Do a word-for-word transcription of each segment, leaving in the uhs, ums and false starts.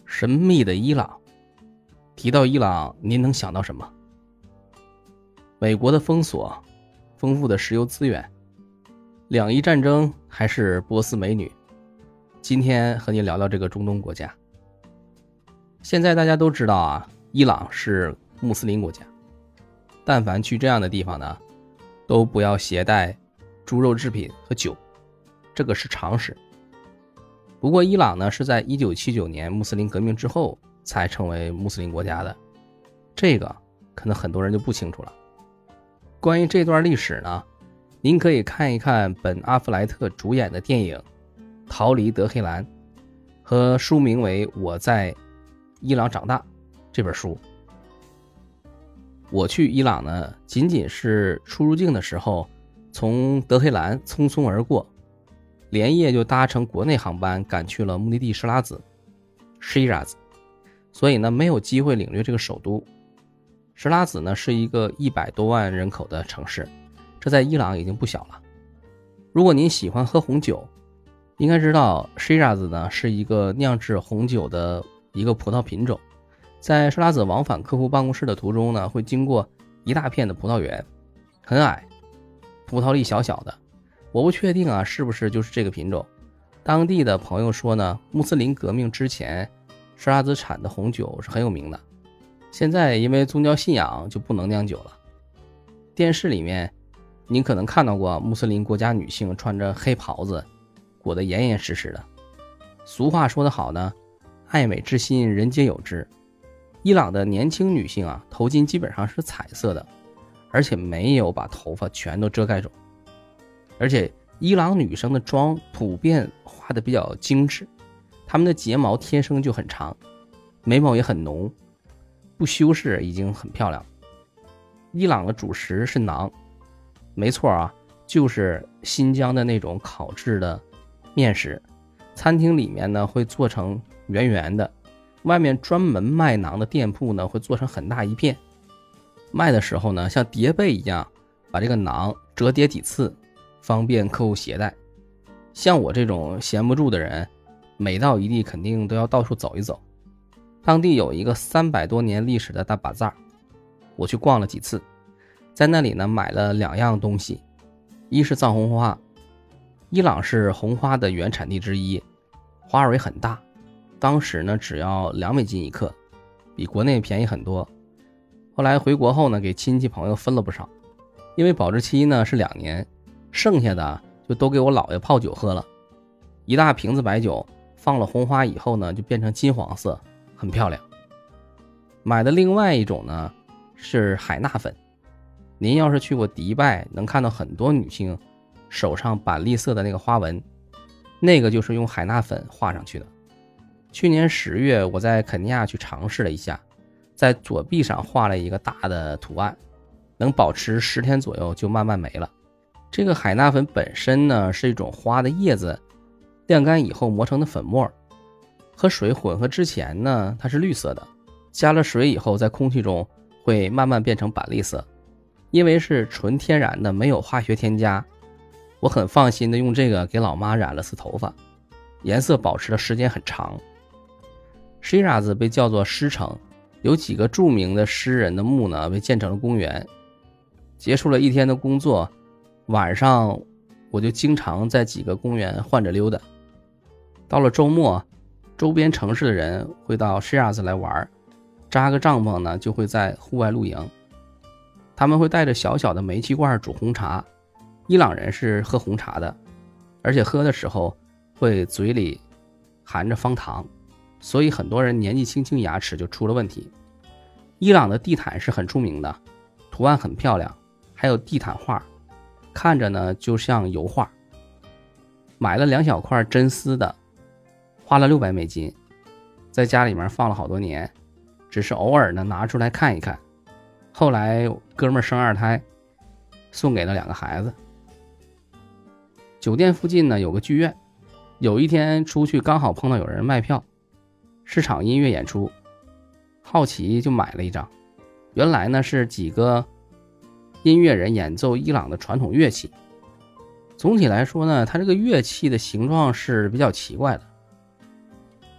神秘的伊朗。提到伊朗，您能想到什么？美国的封锁，丰富的石油资源，两伊战争，还是波斯美女？今天和您聊聊这个中东国家。现在大家都知道啊，伊朗是穆斯林国家，但凡去这样的地方呢，都不要携带猪肉制品和酒，这个是常识。不过伊朗呢是在一九七九年穆斯林革命之后才成为穆斯林国家的，这个可能很多人就不清楚了。关于这段历史呢，您可以看一看本·阿弗莱特主演的电影《逃离德黑兰》和书名为《我在伊朗长大》这本书。我去伊朗呢，仅仅是出入境的时候从德黑兰匆匆而过，连夜就搭乘国内航班赶去了目的地施拉子 Shiraz， 所以呢没有机会领略这个首都。施拉子呢是一个一百多万人口的城市，这在伊朗已经不小了。如果您喜欢喝红酒，应该知道 Shiraz 呢是一个酿制红酒的一个葡萄品种。在施拉子往返客户办公室的途中呢，会经过一大片的葡萄园，很矮，葡萄粒小小的。我不确定啊，是不是就是这个品种。当地的朋友说呢，穆斯林革命之前，施拉子产的红酒是很有名的。现在因为宗教信仰就不能酿酒了。电视里面您可能看到过穆斯林国家女性穿着黑袍子，裹得严严实实的。俗话说得好呢，爱美之心人皆有之。伊朗的年轻女性啊，头巾基本上是彩色的，而且没有把头发全都遮盖住。而且伊朗女生的妆普遍画的比较精致，她们的睫毛天生就很长，眉毛也很浓，不修饰已经很漂亮。伊朗的主食是馕，没错啊，就是新疆的那种烤制的面食。餐厅里面呢会做成圆圆的，外面专门卖馕的店铺呢会做成很大一片，卖的时候呢像叠被一样把这个馕折叠几次，方便客户携带。像我这种闲不住的人，每到一地肯定都要到处走一走。当地有一个三百多年历史的大巴扎，我去逛了几次，在那里呢买了两样东西。一是藏红花，伊朗是红花的原产地之一，花蕊很大，当时呢只要两美金一克，比国内便宜很多。后来回国后呢，给亲戚朋友分了不少，因为保质期呢是两年，剩下的就都给我姥爷泡酒喝了。一大瓶子白酒放了红花以后呢，就变成金黄色，很漂亮。买的另外一种呢是海纳粉，您要是去过迪拜，能看到很多女性手上板栗色的那个花纹，那个就是用海纳粉画上去的。去年十月我在肯尼亚去尝试了一下，在左臂上画了一个大的图案，能保持十天左右就慢慢没了。这个海纳粉本身呢是一种花的叶子，晾干以后磨成的粉末，和水混合之前呢它是绿色的，加了水以后在空气中会慢慢变成板栗色。因为是纯天然的，没有化学添加，我很放心的用这个给老妈染了次头发，颜色保持的时间很长。希拉子被叫做诗城，有几个著名的诗人的墓呢被建成了公园。结束了一天的工作，晚上我就经常在几个公园换着溜达。到了周末，周边城市的人会到希拉子来玩，扎个帐篷呢就会在户外露营。他们会带着小小的煤气罐煮红茶，伊朗人是喝红茶的，而且喝的时候会嘴里含着方糖，所以很多人年纪轻轻牙齿就出了问题。伊朗的地毯是很出名的，图案很漂亮，还有地毯画，看着呢就像油画。买了两小块真丝的，花了六百美金，在家里面放了好多年，只是偶尔呢拿出来看一看。后来哥们生二胎，送给了两个孩子。酒店附近呢有个剧院，有一天出去刚好碰到有人卖票，是场音乐演出，好奇就买了一张。原来呢是几个音乐人演奏伊朗的传统乐器。总体来说呢，它这个乐器的形状是比较奇怪的，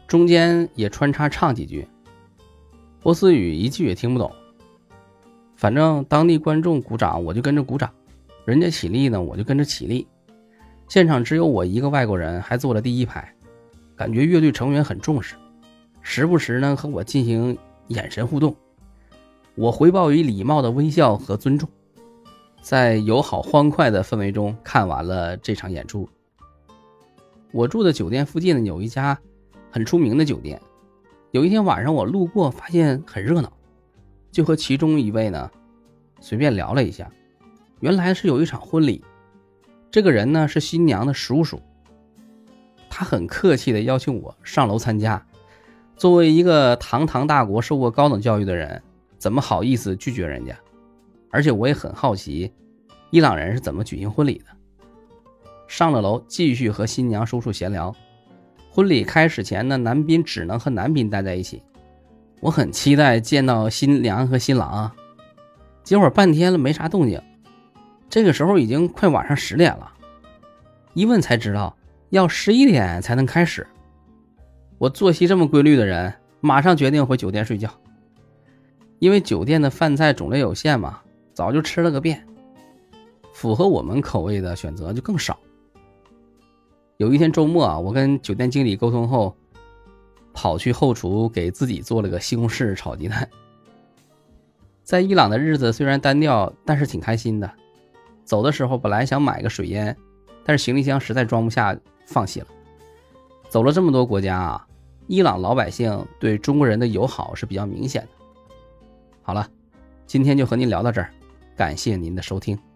中间也穿插唱几句，波斯语一句也听不懂。反正当地观众鼓掌我就跟着鼓掌，人家起立呢我就跟着起立。现场只有我一个外国人还坐了第一排，感觉乐队成员很重视，时不时呢和我进行眼神互动，我回报以礼貌的微笑和尊重。在友好欢快的氛围中看完了这场演出。我住的酒店附近呢有一家很出名的酒店，有一天晚上我路过发现很热闹，就和其中一位呢随便聊了一下，原来是有一场婚礼。这个人呢是新娘的叔叔，他很客气地邀请我上楼参加。作为一个堂堂大国受过高等教育的人，怎么好意思拒绝人家？而且我也很好奇伊朗人是怎么举行婚礼的。上了楼继续和新娘叔叔闲聊。婚礼开始前呢，男宾只能和男宾待在一起。我很期待见到新娘和新郎啊，结果半天了没啥动静。这个时候已经快晚上十点了，一问才知道要十一点才能开始。我作息这么规律的人，马上决定回酒店睡觉。因为酒店的饭菜种类有限嘛，早就吃了个遍，符合我们口味的选择就更少。有一天周末啊，我跟酒店经理沟通后，跑去后厨给自己做了个西红柿炒鸡蛋。在伊朗的日子虽然单调，但是挺开心的。走的时候本来想买个水烟，但是行李箱实在装不下，放弃了。走了这么多国家啊，伊朗老百姓对中国人的友好是比较明显的。好了，今天就和您聊到这儿，感谢您的收听。